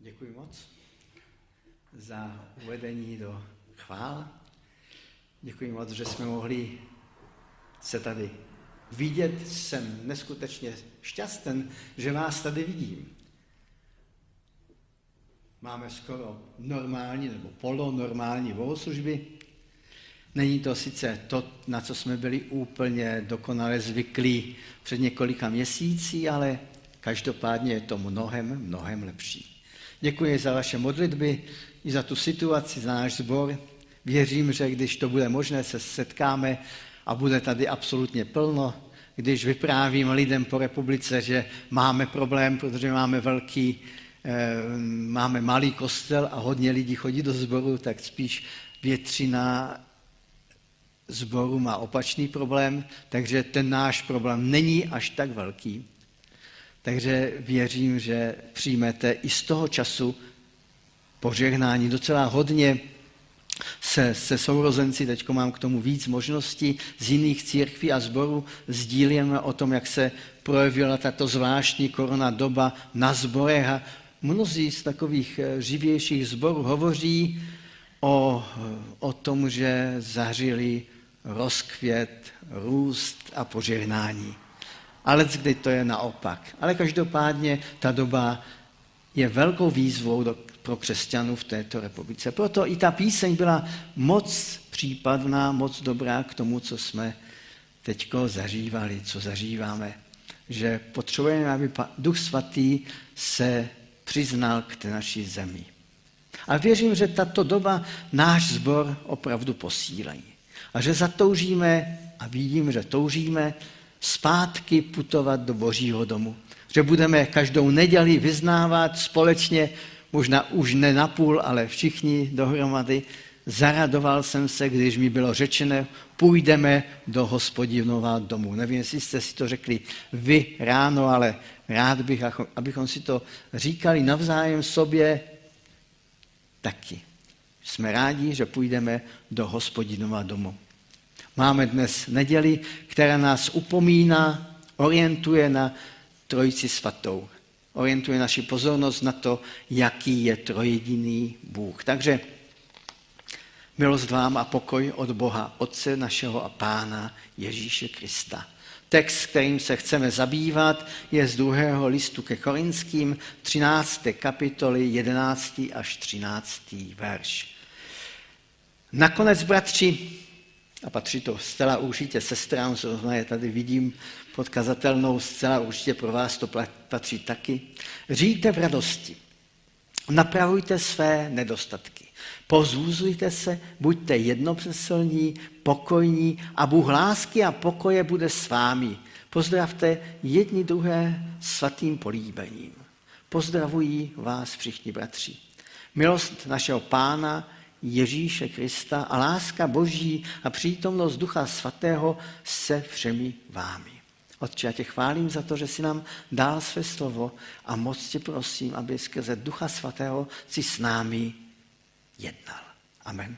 Děkuji moc za uvedení do chvál. Děkuji moc, že jsme mohli se tady vidět. Jsem neskutečně šťasten, že vás tady vidím. Máme skoro normální nebo polonormální bohoslužby. Není to sice to, na co jsme byli úplně dokonale zvyklí před několika měsíci, ale každopádně je to mnohem lepší. Děkuji za vaše modlitby i za tu situaci, za náš sbor. Věřím, že když to bude možné, se setkáme a bude tady absolutně plno. Když vyprávím lidem po republice, že máme problém, protože máme malý kostel a hodně lidí chodí do sboru, tak spíš většina sboru má opačný problém, takže ten náš problém není až tak velký. Takže věřím, že přijmete i z toho času požehnání. Docela hodně se sourozenci, teď mám k tomu víc možností, z jiných církví a sborů sdílíme o tom, jak se projevila tato zvláštní korona doba na sborech. A mnozí z takových živějších sborů hovoří o tom, že zažili rozkvět, růst a požehnání. Ale kdy to je naopak. Ale každopádně ta doba je velkou výzvou pro křesťanů v této republice. Proto i ta píseň byla moc případná, moc dobrá k tomu, co jsme teďko zažívali, co zažíváme. Že potřebujeme, aby Duch Svatý se přiznal k té naší zemi. A věřím, že tato doba náš sbor opravdu posílají. A že zatoužíme, a vidím, že toužíme, zpátky putovat do Božího domu. Že budeme každou neděli vyznávat společně, možná už ne napůl, ale všichni dohromady. Zaradoval jsem se, když mi bylo řečeno, půjdeme do Hospodinova domu. Nevím, jestli jste si to řekli vy ráno, ale rád bych, abychom si to říkali navzájem sobě taky. Jsme rádi, že půjdeme do Hospodinova domu. Máme dnes neděli, která nás upomíná, orientuje na Trojici svatou. Orientuje naši pozornost na to, jaký je trojjediný Bůh. Takže milost vám a pokoj od Boha, Otce našeho a Pána Ježíše Krista. Text, kterým se chceme zabývat, je z 2. listu ke Korinským, 13. kapitoly, 11. až 13. verš. Nakonec, bratři, a patří to zcela určitě sestrám, zrovna je tady vidím pod kazatelnou, zcela určitě pro vás to patří taky. Žijte v radosti, napravujte své nedostatky, povzbuzujte se, buďte jednomyslní, pokojní a Bůh lásky a pokoje bude s vámi. Pozdravte jedni druhé svatým políbením. Pozdravují vás všichni bratři. Milost našeho Pána Ježíše Krista a láska Boží a přítomnost Ducha Svatého se všemi vámi. Otče, já tě chválím za to, že jsi nám dal své slovo a moc tě prosím, aby skrze Ducha Svatého si s námi jednal. Amen.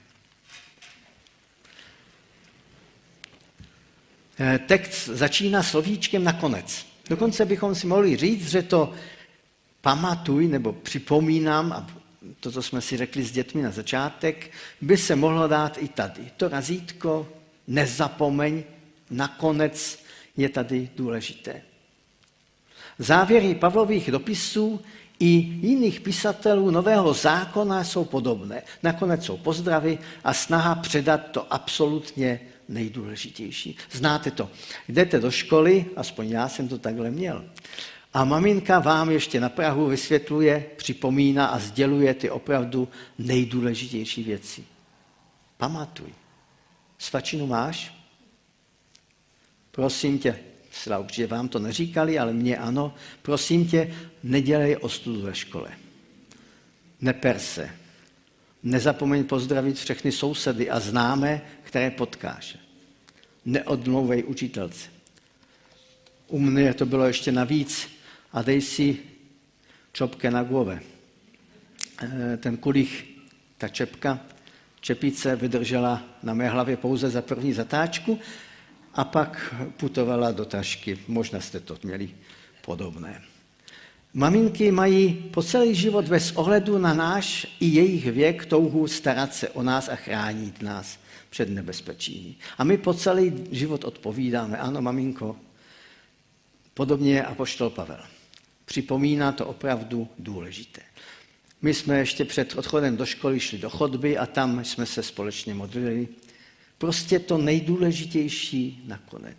Text začíná slovíčkem nakonec. Dokonce bychom si mohli říct, že to pamatuj nebo připomínám, a to, co jsme si řekli s dětmi na začátek, by se mohlo dát i tady. To razítko, nezapomeň, nakonec je tady důležité. Závěry Pavlových dopisů i jiných pisatelů Nového zákona jsou podobné. Nakonec jsou pozdravy a snaha předat to absolutně nejdůležitější. Znáte to. Jdete do školy, aspoň já jsem to takhle měl, a maminka vám ještě na prahu vysvětluje, připomíná a sděluje ty opravdu nejdůležitější věci. Pamatuj. Svačinu máš? Prosím tě, určitě vám to neříkali, ale mně ano, prosím tě, nedělej ostudu ve škole. Neper se. Nezapomeň pozdravit všechny sousedy a známé, které potkáš. Neodmlouvej učitelce. U mě to bylo ještě navíc a dej si čopke na głowę. Ten kulich, ta čepice vydržela na mé hlavě pouze za první zatáčku a pak putovala do tašky. Možná jste to měli podobné. Maminky mají po celý život bez ohledu na náš i jejich věk touhu starat se o nás a chránit nás před nebezpečími. A my po celý život odpovídáme, ano, maminko, podobně je apoštol Pavel. Připomíná to opravdu důležité. My jsme ještě před odchodem do školy šli do chodby a tam jsme se společně modlili. Prostě to nejdůležitější nakonec.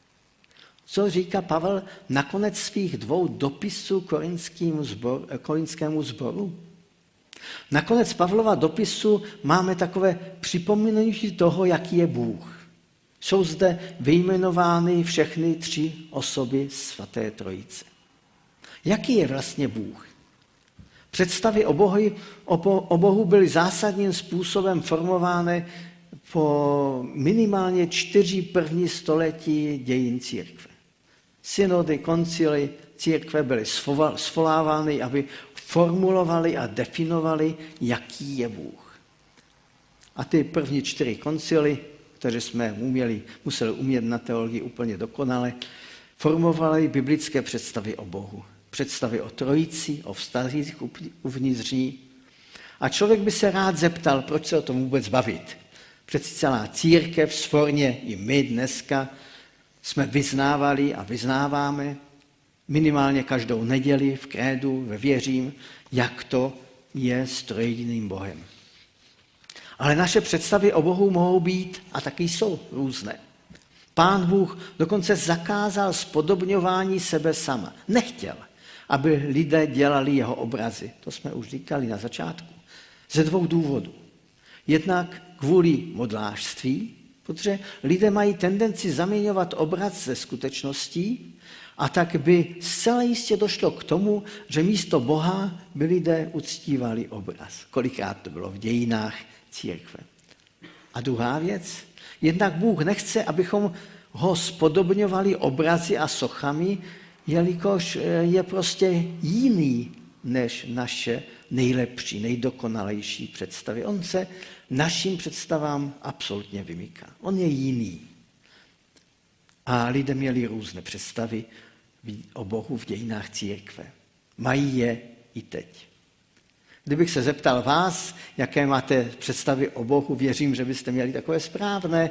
Co říká Pavel nakonec svých 2 dopisů korintskému sboru? Nakonec Pavlova dopisu máme takové připomenutí toho, jaký je Bůh. Jsou zde vyjmenovány všechny 3 osoby svaté trojice. Jaký je vlastně Bůh? Představy o Bohu byly zásadním způsobem formovány po minimálně 4 první století dějin církve. Synody, koncily církve byly svolávány, aby formulovali a definovali, jaký je Bůh. A ty první 4 koncily, které jsme museli umět na teologii úplně dokonale, formovaly biblické představy o Bohu. Představy o trojici, o vztazích uvnitř ní. A člověk by se rád zeptal, proč se o tom vůbec bavit. Přeci celá církev, svorně i my dneska jsme vyznávali a vyznáváme minimálně každou neděli v krédu, ve věřím, jak to je s trojediným Bohem. Ale naše představy o Bohu mohou být a taky jsou různé. Pán Bůh dokonce zakázal spodobňování sebe sama. Nechtěl, aby lidé dělali jeho obrazy. To jsme už říkali na začátku. Ze 2 důvodů. Jednak kvůli modlářství, protože lidé mají tendenci zaměňovat obraz ze skutečností a tak by zcela jistě došlo k tomu, že místo Boha by lidé uctívali obraz. Kolikrát to bylo v dějinách církve. A druhá věc, jednak Bůh nechce, abychom ho spodobňovali obrazy a sochami, jelikož je prostě jiný než naše nejlepší, nejdokonalejší představy. On se našim představám absolutně vymyká. On je jiný. A lidé měli různé představy o Bohu v dějinách církve. Mají je i teď. Kdybych se zeptal vás, jaké máte představy o Bohu, věřím, že byste měli takové správné,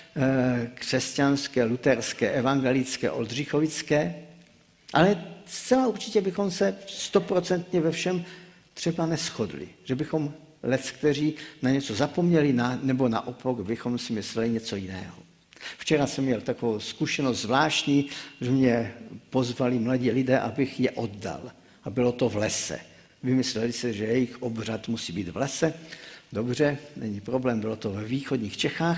křesťanské, luterské, evangelické, oldřichovické, ale zcela určitě bychom se 100% ve všem třeba neshodli, že bychom kteří na něco zapomněli, nebo naopak bychom si mysleli něco jiného. Včera jsem měl takovou zkušenost zvláštní, že mě pozvali mladí lidé, abych je oddal. A bylo to v lese. Vymysleli se, že jejich obřad musí být v lese. Dobře, není problém, bylo to ve východních Čechách.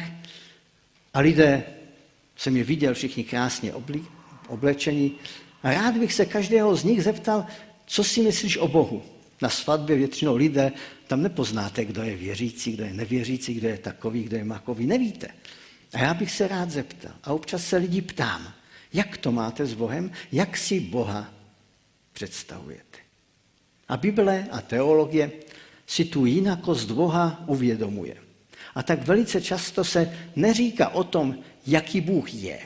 A lidé, jsem je viděl všichni krásně oblečení. A rád bych se každého z nich zeptal, co si myslíš o Bohu. Na svatbě většinou lidé, tam nepoznáte, kdo je věřící, kdo je nevěřící, kdo je takový, kdo je makový, nevíte. A já bych se rád zeptal. A občas se lidi ptám, jak to máte s Bohem, jak si Boha představujete. A Bible a teologie si tu jinakost Boha uvědomuje. A tak velice často se neříká o tom, jaký Bůh je,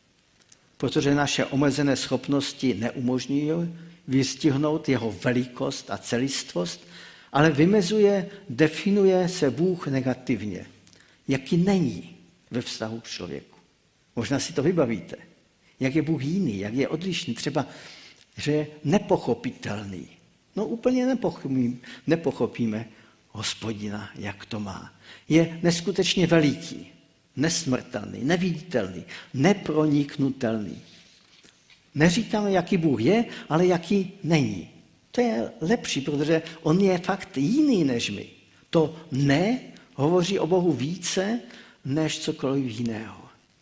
protože naše omezené schopnosti neumožňují vystihnout jeho velikost a celistvost, ale vymezuje, definuje se Bůh negativně, jaký není ve vztahu k člověku. Možná si to vybavíte, jak je Bůh jiný, jak je odlišný, třeba, že je nepochopitelný. No úplně nepochopíme Hospodina, jak to má. Je neskutečně veliký, nesmrtelný, neviditelný, neproniknutelný. Neříkáme, jaký Bůh je, ale jaký není. To je lepší, protože on je fakt jiný než my. To ne hovoří o Bohu více, než cokoliv jiného.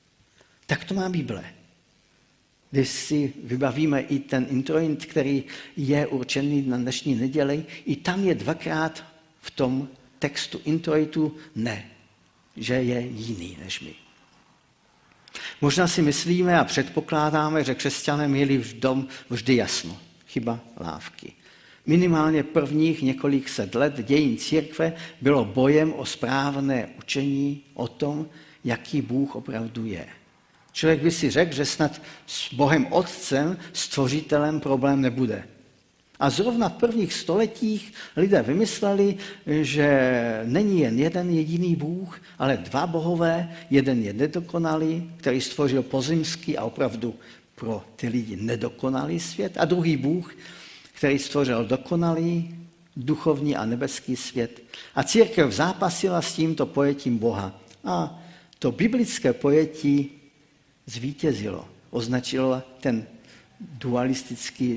Tak to má Bible. Když si vybavíme i ten introit, který je určený na dnešní neděli, i tam je 2krát v tom textu introitu ne, že je jiný než my. Možná si myslíme a předpokládáme, že křesťané měli v dom vždy jasno. Chyba lávky. Minimálně prvních několik set let dějin církve bylo bojem o správné učení o tom, jaký Bůh opravdu je. Člověk by si řekl, že snad s Bohem Otcem, stvořitelem, problém nebude. A zrovna v prvních stoletích lidé vymysleli, že není jen jeden jediný Bůh, ale dva bohové. Jeden je nedokonalý, který stvořil pozemský a opravdu pro ty lidi nedokonalý svět. A druhý Bůh, který stvořil dokonalý, duchovní a nebeský svět. A církev zápasila s tímto pojetím Boha. A to biblické pojetí zvítězilo. Označilo ten dualistický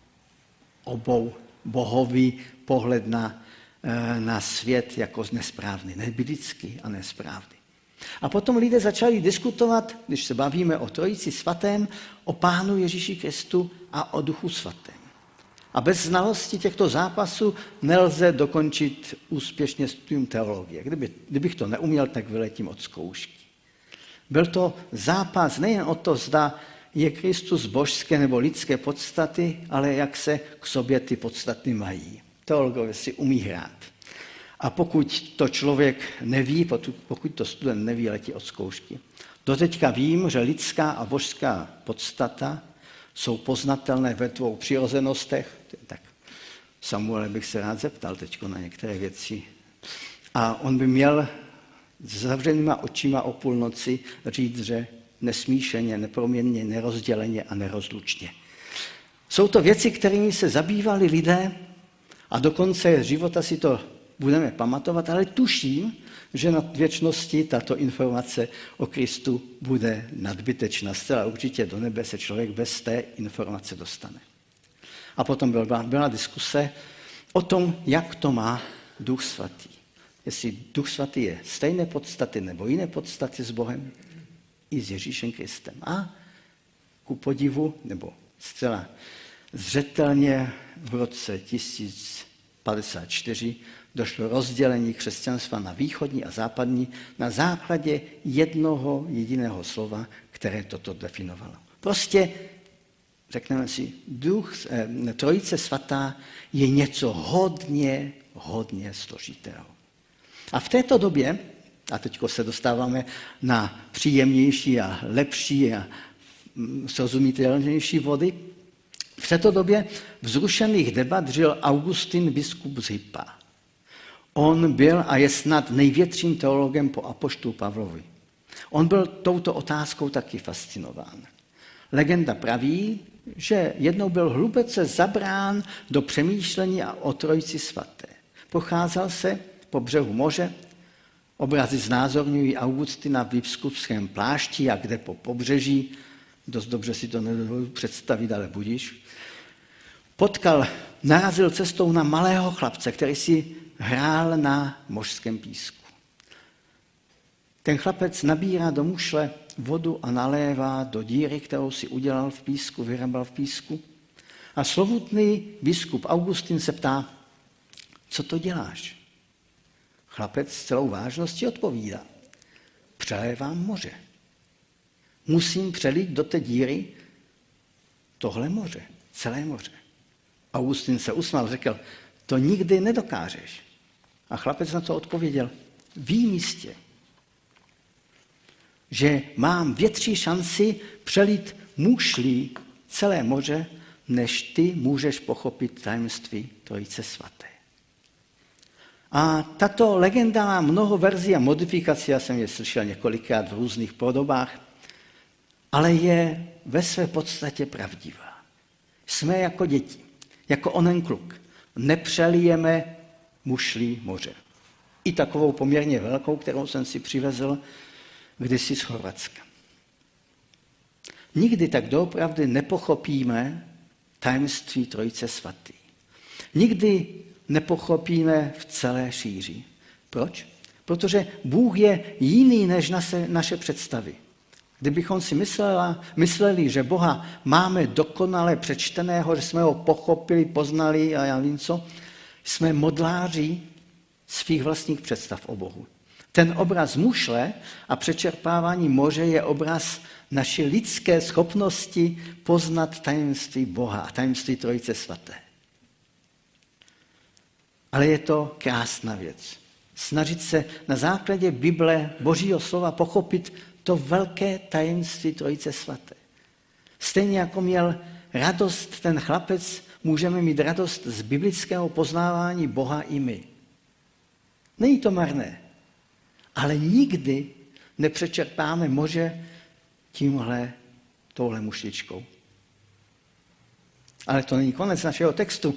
obou bohový pohled na svět jako nesprávný, nebiblický a nesprávný. A potom lidé začali diskutovat, když se bavíme o Trojici svatém, o Pánu Ježíši Kristu a o Duchu svatém. A bez znalosti těchto zápasů nelze dokončit úspěšně studium teologie. Kdybych to neuměl, tak vyletím od zkoušky. Byl to zápas nejen o to, zda je Kristus božské nebo lidské podstaty, ale jak se k sobě ty podstaty mají. Teologové si umí hrát. A pokud to člověk neví, pokud to student neví, letí od zkoušky. Doteďka vím, že lidská a božská podstata jsou poznatelné ve dvou přirozenostech. Tak Samuele bych se rád zeptal teď na některé věci. A on by měl s zavřenýma očima o půlnoci říct, že nesmíšeně, neproměnně, nerozděleně a nerozlučně. Jsou to věci, kterými se zabývali lidé a do konce života si to budeme pamatovat, ale tuším, že na věčnosti tato informace o Kristu bude nadbytečná. Zcela určitě do nebe se člověk bez té informace dostane. A potom byla diskuse o tom, jak to má Duch svatý. Jestli Duch svatý je stejné podstaty nebo jiné podstaty s Bohem i s Ježíšem Kristem. A ku podivu, nebo zcela zřetelně v roce 1054 došlo rozdělení křesťanstva na východní a západní na základě jednoho jediného slova, které toto definovalo. Prostě, řekneme si, Trojice svatá je něco hodně, hodně složitého. A v této době, a teď se dostáváme na příjemnější a lepší a srozumitelnější vody, v této době vzrušených debat žil Augustin biskup z Hippa. On byl a je snad největším teologem po apoštolu Pavlovi. On byl touto otázkou taky fascinován. Legenda praví, že jednou byl hluboce zabrán do přemýšlení o Trojici svaté. Procházel se po břehu moře, obrazy znázorňují Augustina v biskupském plášti a kde po pobřeží, dost dobře si to nedovedu představit, ale budíš, narazil cestou na malého chlapce, který si hrál na mořském písku. Ten chlapec nabírá do mušle vodu a nalévá do díry, kterou si udělal v písku, vyrabal v písku. A slovutný biskup Augustin se ptá, co to děláš? Chlapec s celou vážností odpovídá, přelévám moře. Musím přelít do té díry tohle moře, celé moře. Augustin se usmál, řekl, to nikdy nedokážeš. A chlapec na to odpověděl, vím jistě, že mám větší šanci přelít mušlí celé moře, než ty můžeš pochopit tajemství Trojice svaté. A tato legenda má mnoho verzí a modifikací, já jsem je slyšel několikrát v různých podobách, ale je ve své podstatě pravdivá. Jsme jako děti, jako onen kluk. Nepřelijeme mušlí moře. I takovou poměrně velkou, kterou jsem si přivezl kdysi z Chorvatska. Nikdy tak doopravdy nepochopíme tajemství Trojice svatý. Nikdy nepochopíme v celé šíři. Proč? Protože Bůh je jiný než naše představy. Kdybychom si mysleli, že Boha máme dokonale přečteného, že jsme ho pochopili, poznali a já vím co, jsme modláři svých vlastních představ o Bohu. Ten obraz mušle a přečerpávání moře je obraz naší lidské schopnosti poznat tajemství Boha a tajemství Trojice svaté. Ale je to krásná věc. Snažit se na základě Bible, Božího slova, pochopit to velké tajemství Trojice svaté. Stejně jako měl radost ten chlapec můžeme mít radost z biblického poznávání Boha i my. Není to marné, ale nikdy nepřečerpáme moře touhle mušličkou. Ale to není konec našeho textu.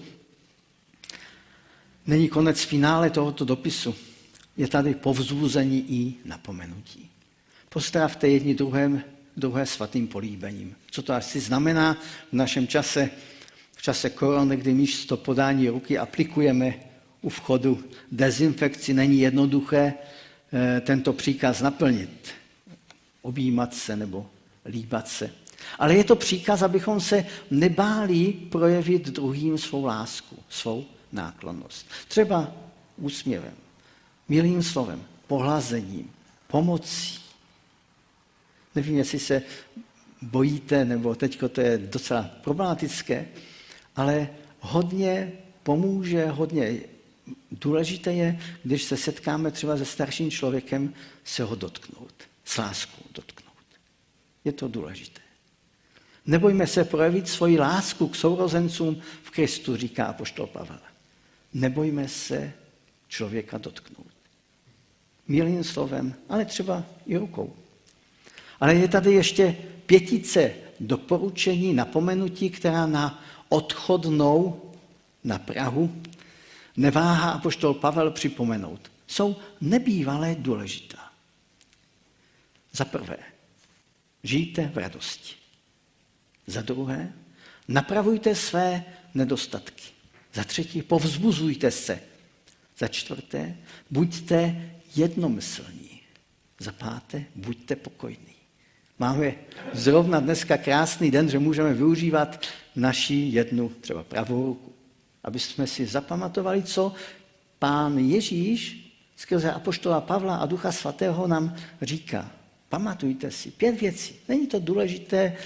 Není konec finále tohoto dopisu. Je tady povzbuzení i napomenutí. Pozdravte jedni druhé svatým políbením. Co to asi znamená v našem čase, v čase korony, kdy místo podání ruky aplikujeme u vchodu dezinfekci, není jednoduché tento příkaz naplnit. Objímat se nebo líbat se. Ale je to příkaz, abychom se nebáli projevit druhým svou lásku, svou náklonnost. Třeba úsměvem, milým slovem, pohlazením, pomocí. Nevím, jestli se bojíte, nebo teďko to je docela problematické, ale hodně pomůže, hodně důležité je, když se setkáme třeba se starším člověkem, se ho dotknout, s láskou dotknout. Je to důležité. Nebojme se projevit svoji lásku k sourozencům v Kristu, říká apoštol Pavel. Nebojme se člověka dotknout. Milým slovem, ale třeba i rukou. Ale je tady ještě 5 doporučení, napomenutí, která na odchodnou, na Prahu, neváhá apoštol Pavel připomenout. Jsou nebývalé důležitá. Za prvé, žijte v radosti. Za druhé, napravujte své nedostatky. Za třetí, povzbuzujte se. Za čtvrté, buďte jednomyslní. Za páté, buďte pokojní. Máme zrovna dneska krásný den, že můžeme využívat naši jednu třeba pravou ruku. Aby jsme si zapamatovali, co Pán Ježíš skrze apoštola Pavla a Ducha Svatého nám říká. Pamatujte si 5 věcí. Není to důležité,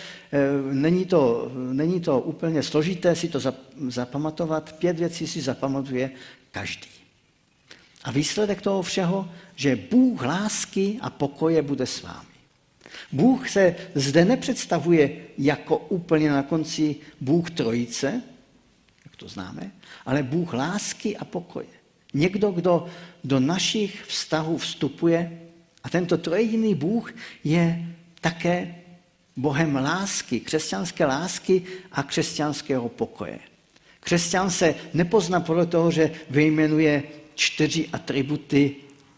není to úplně složité si to zapamatovat. 5 věcí si zapamatuje každý. A výsledek toho všeho, že Bůh lásky a pokoje bude s vámi. Bůh se zde nepředstavuje jako úplně na konci Bůh trojice, jak to známe, ale Bůh lásky a pokoje. Někdo, kdo do našich vztahů vstupuje, a tento trojjediný Bůh je také Bohem lásky, křesťanské lásky a křesťanského pokoje. Křesťan se nepozná podle toho, že vyjmenuje 4 atributy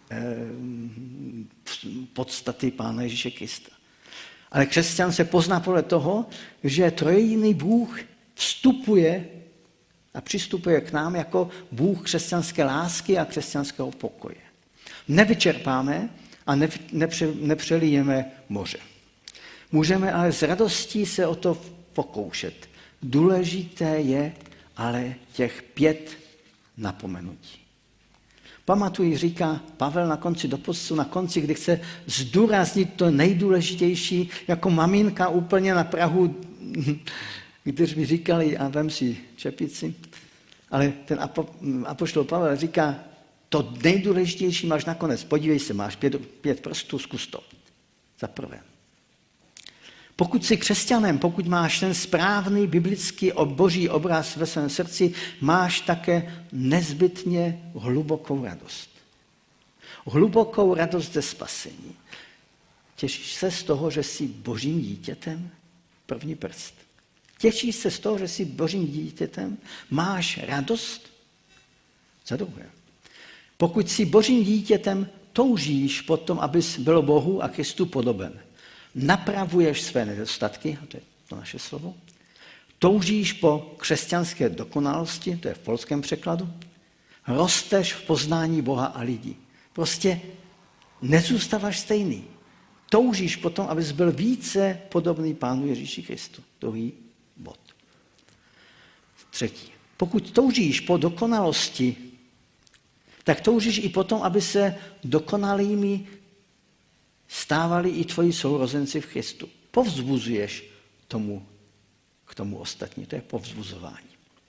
podstaty Pána Ježíše Krista. Ale křesťan se pozná podle toho, že trojjediný Bůh vstupuje a přistupuje k nám jako Bůh křesťanské lásky a křesťanského pokoje. Nevyčerpáme a nepřelijeme moře. Můžeme ale s radostí se o to pokoušet. Důležité je ale těch 5 napomenutí. Pamatuji, říká Pavel na konci dopisu, na konci, kdy chce zdůraznit to nejdůležitější, jako maminka úplně na prahu, když mi říkali, a vem si čepici, ale ten apoštol Pavel říká, to nejdůležitější máš nakonec. Podívej se, máš 5 prstů, zkus to. Za prvé. Pokud jsi křesťanem, pokud máš ten správný biblický boží obraz ve svém srdci, máš také nezbytně hlubokou radost. Hlubokou radost ze spasení. Těšíš se z toho, že jsi božím dítětem? První prst. Těšíš se z toho, že jsi božím dítětem? Máš radost? Za druhé. Pokud jsi božím dítětem, toužíš potom, abys byl Bohu a Kristu podoben. Napravuješ své nedostatky, a to je to naše slovo. Toužíš po křesťanské dokonalosti, to je v polském překladu. Rosteš v poznání Boha a lidí. Prostě nezůstáváš stejný. Toužíš potom, abys byl více podobný Pánu Ježíši Kristu. Druhý bod. Třetí. Pokud toužíš po dokonalosti, tak toužíš i potom, aby se dokonalými stávali i tvoji sourozenci v Kristu. Povzbuzuješ k tomu ostatní. To je povzbuzování.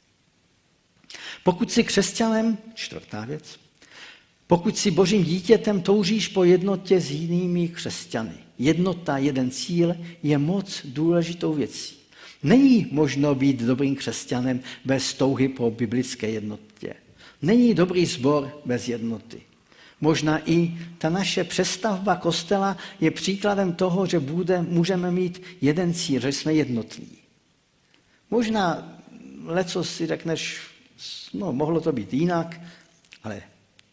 Pokud jsi křesťanem, 4. věc, pokud jsi božím dítětem, toužíš po jednotě s jinými křesťany. Jednota, jeden cíl je moc důležitou věcí. Není možno být dobrým křesťanem bez touhy po biblické jednotě. Není dobrý sbor bez jednoty. Možná i ta naše přestavba kostela je příkladem toho, že můžeme mít jeden cíl, že jsme jednotní. Možná leco si řekneš, no mohlo to být jinak, ale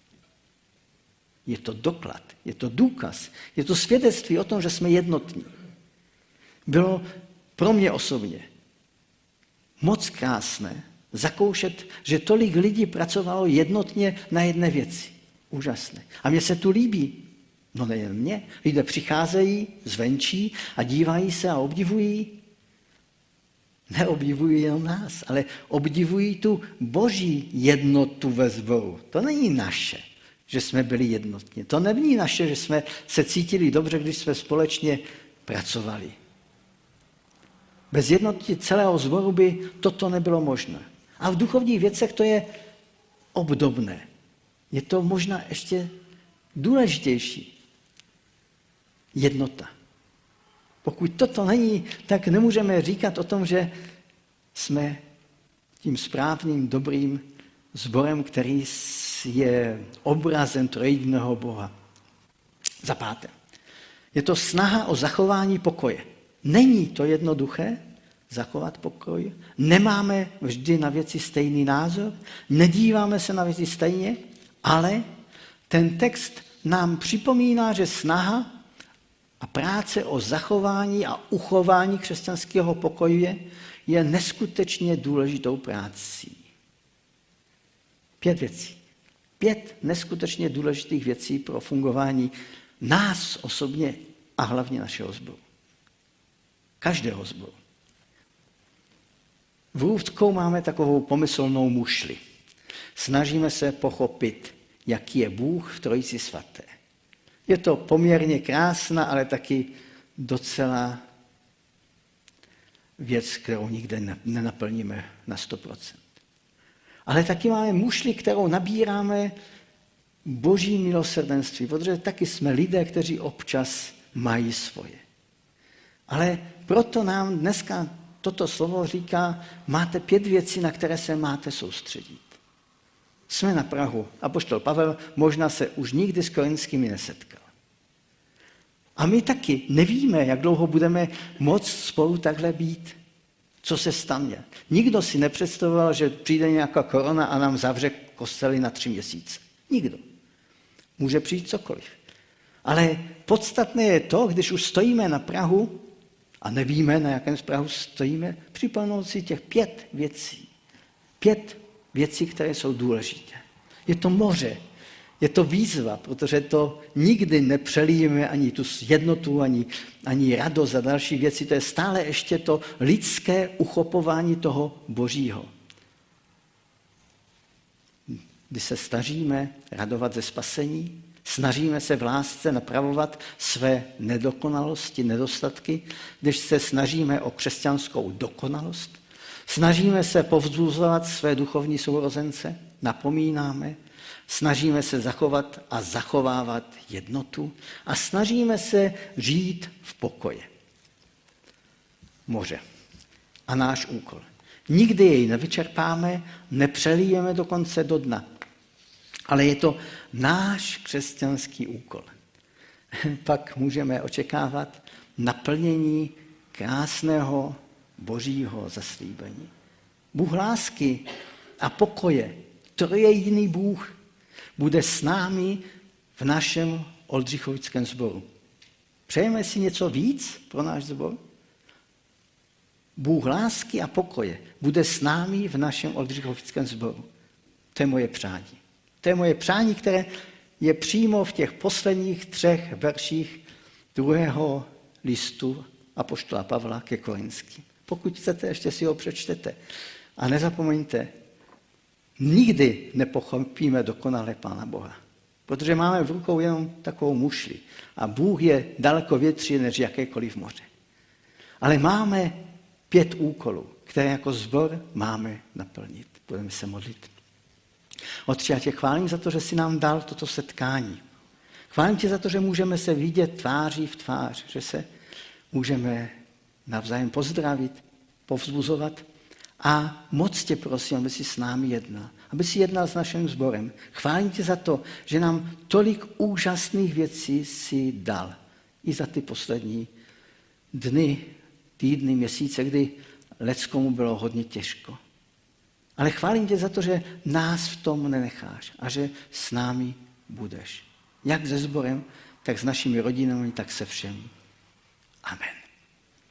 je to doklad, je to důkaz, je to svědectví o tom, že jsme jednotní. Bylo pro mě osobně moc krásné zakoušet, že tolik lidí pracovalo jednotně na jedné věci. Úžasné. A mně se tu líbí. No nejen mě. Lidé přicházejí zvenčí a dívají se a obdivují. Neobdivují jenom nás, ale obdivují tu boží jednotu ve sboru. To není naše, že jsme byli jednotní. To není naše, že jsme se cítili dobře, když jsme společně pracovali. Bez jednoty celého sboru by toto nebylo možné. A v duchovních věcech to je obdobné. Je to možná ještě důležitější. Jednota. Pokud toto není, tak nemůžeme říkat o tom, že jsme tím správným, dobrým sborem, který je obrazem trojediného Boha. Za páté. Je to snaha o zachování pokoje. Není to jednoduché zachovat pokoj. Nemáme vždy na věci stejný názor, nedíváme se na věci stejně, ale ten text nám připomíná, že snaha a práce o zachování a uchování křesťanského pokoje je neskutečně důležitou prácí. 5 věcí. 5 neskutečně důležitých věcí pro fungování nás osobně a hlavně našeho sboru. Každého sboru. V rukou máme takovou pomyslnou mušli. Snažíme se pochopit, jaký je Bůh v Trojici svaté. Je to poměrně krásná, ale taky docela věc, kterou nikde nenaplníme na 100%. Ale taky máme mušli, kterou nabíráme boží milosrdenství, protože taky jsme lidé, kteří občas mají svoje. Ale proto nám dneska toto slovo říká, máte 5 věcí, na které se máte soustředit. Jsme na prahu. Apoštol Pavel možná se už nikdy s korinskými nesetkal. A my taky nevíme, jak dlouho budeme moct spolu takhle být. Co se stane? Nikdo si nepředstavoval, že přijde nějaká korona a nám zavře kostely na 3 měsíce. Nikdo. Může přijít cokoliv. Ale podstatné je to, když už stojíme na prahu a nevíme, na jakém prahu stojíme, připomenout si těch 5 věcí. 5 věcí, které jsou důležité. Je to moře, je to výzva, protože to nikdy nepřelijeme ani tu jednotu, ani radost a další věci. To je stále ještě to lidské uchopování toho božího. Kdy se snažíme radovat ze spasení, snažíme se v lásce napravovat své nedokonalosti, nedostatky, když se snažíme o křesťanskou dokonalost, snažíme se povzbuzovat své duchovní sourozence, napomínáme, snažíme se zachovat a zachovávat jednotu a snažíme se žít v pokoji. Moře. A náš úkol. Nikdy jej nevyčerpáme, nepřelijeme dokonce do dna. Ale je to náš křesťanský úkol. Pak můžeme očekávat naplnění krásného božího zaslíbení. Bůh lásky a pokoje, trojjediný Bůh, bude s námi v našem oldřichovickém sboru. Přejeme si něco víc pro náš sbor? Bůh lásky a pokoje bude s námi v našem oldřichovickém sboru. To je moje přání. To je moje přání, které je přímo v těch posledních 3 verších 2. listu apoštola Pavla ke Korinským. Pokud chcete, ještě si ho přečtete. A nezapomeňte, nikdy nepochopíme dokonale Pána Boha. Protože máme v rukou jenom takovou mušli. A Bůh je daleko větší než jakékoliv moře. Ale máme 5 úkolů, které jako sbor máme naplnit. Budeme se modlit. Otče, já tě chválím za to, že jsi nám dal toto setkání. Chválím tě za to, že můžeme se vidět tváří v tvář, že se můžeme navzájem pozdravit, povzbuzovat a moc tě prosím, aby si s námi jednal. Aby si jednal s naším sborem. Chválím tě za to, že nám tolik úžasných věcí si dal. I za ty poslední dny, týdny, měsíce, kdy leckomu bylo hodně těžko. Ale chválím tě za to, že nás v tom nenecháš a že s námi budeš. Jak se sborem, tak s našimi rodinami, tak se všemi. Amen.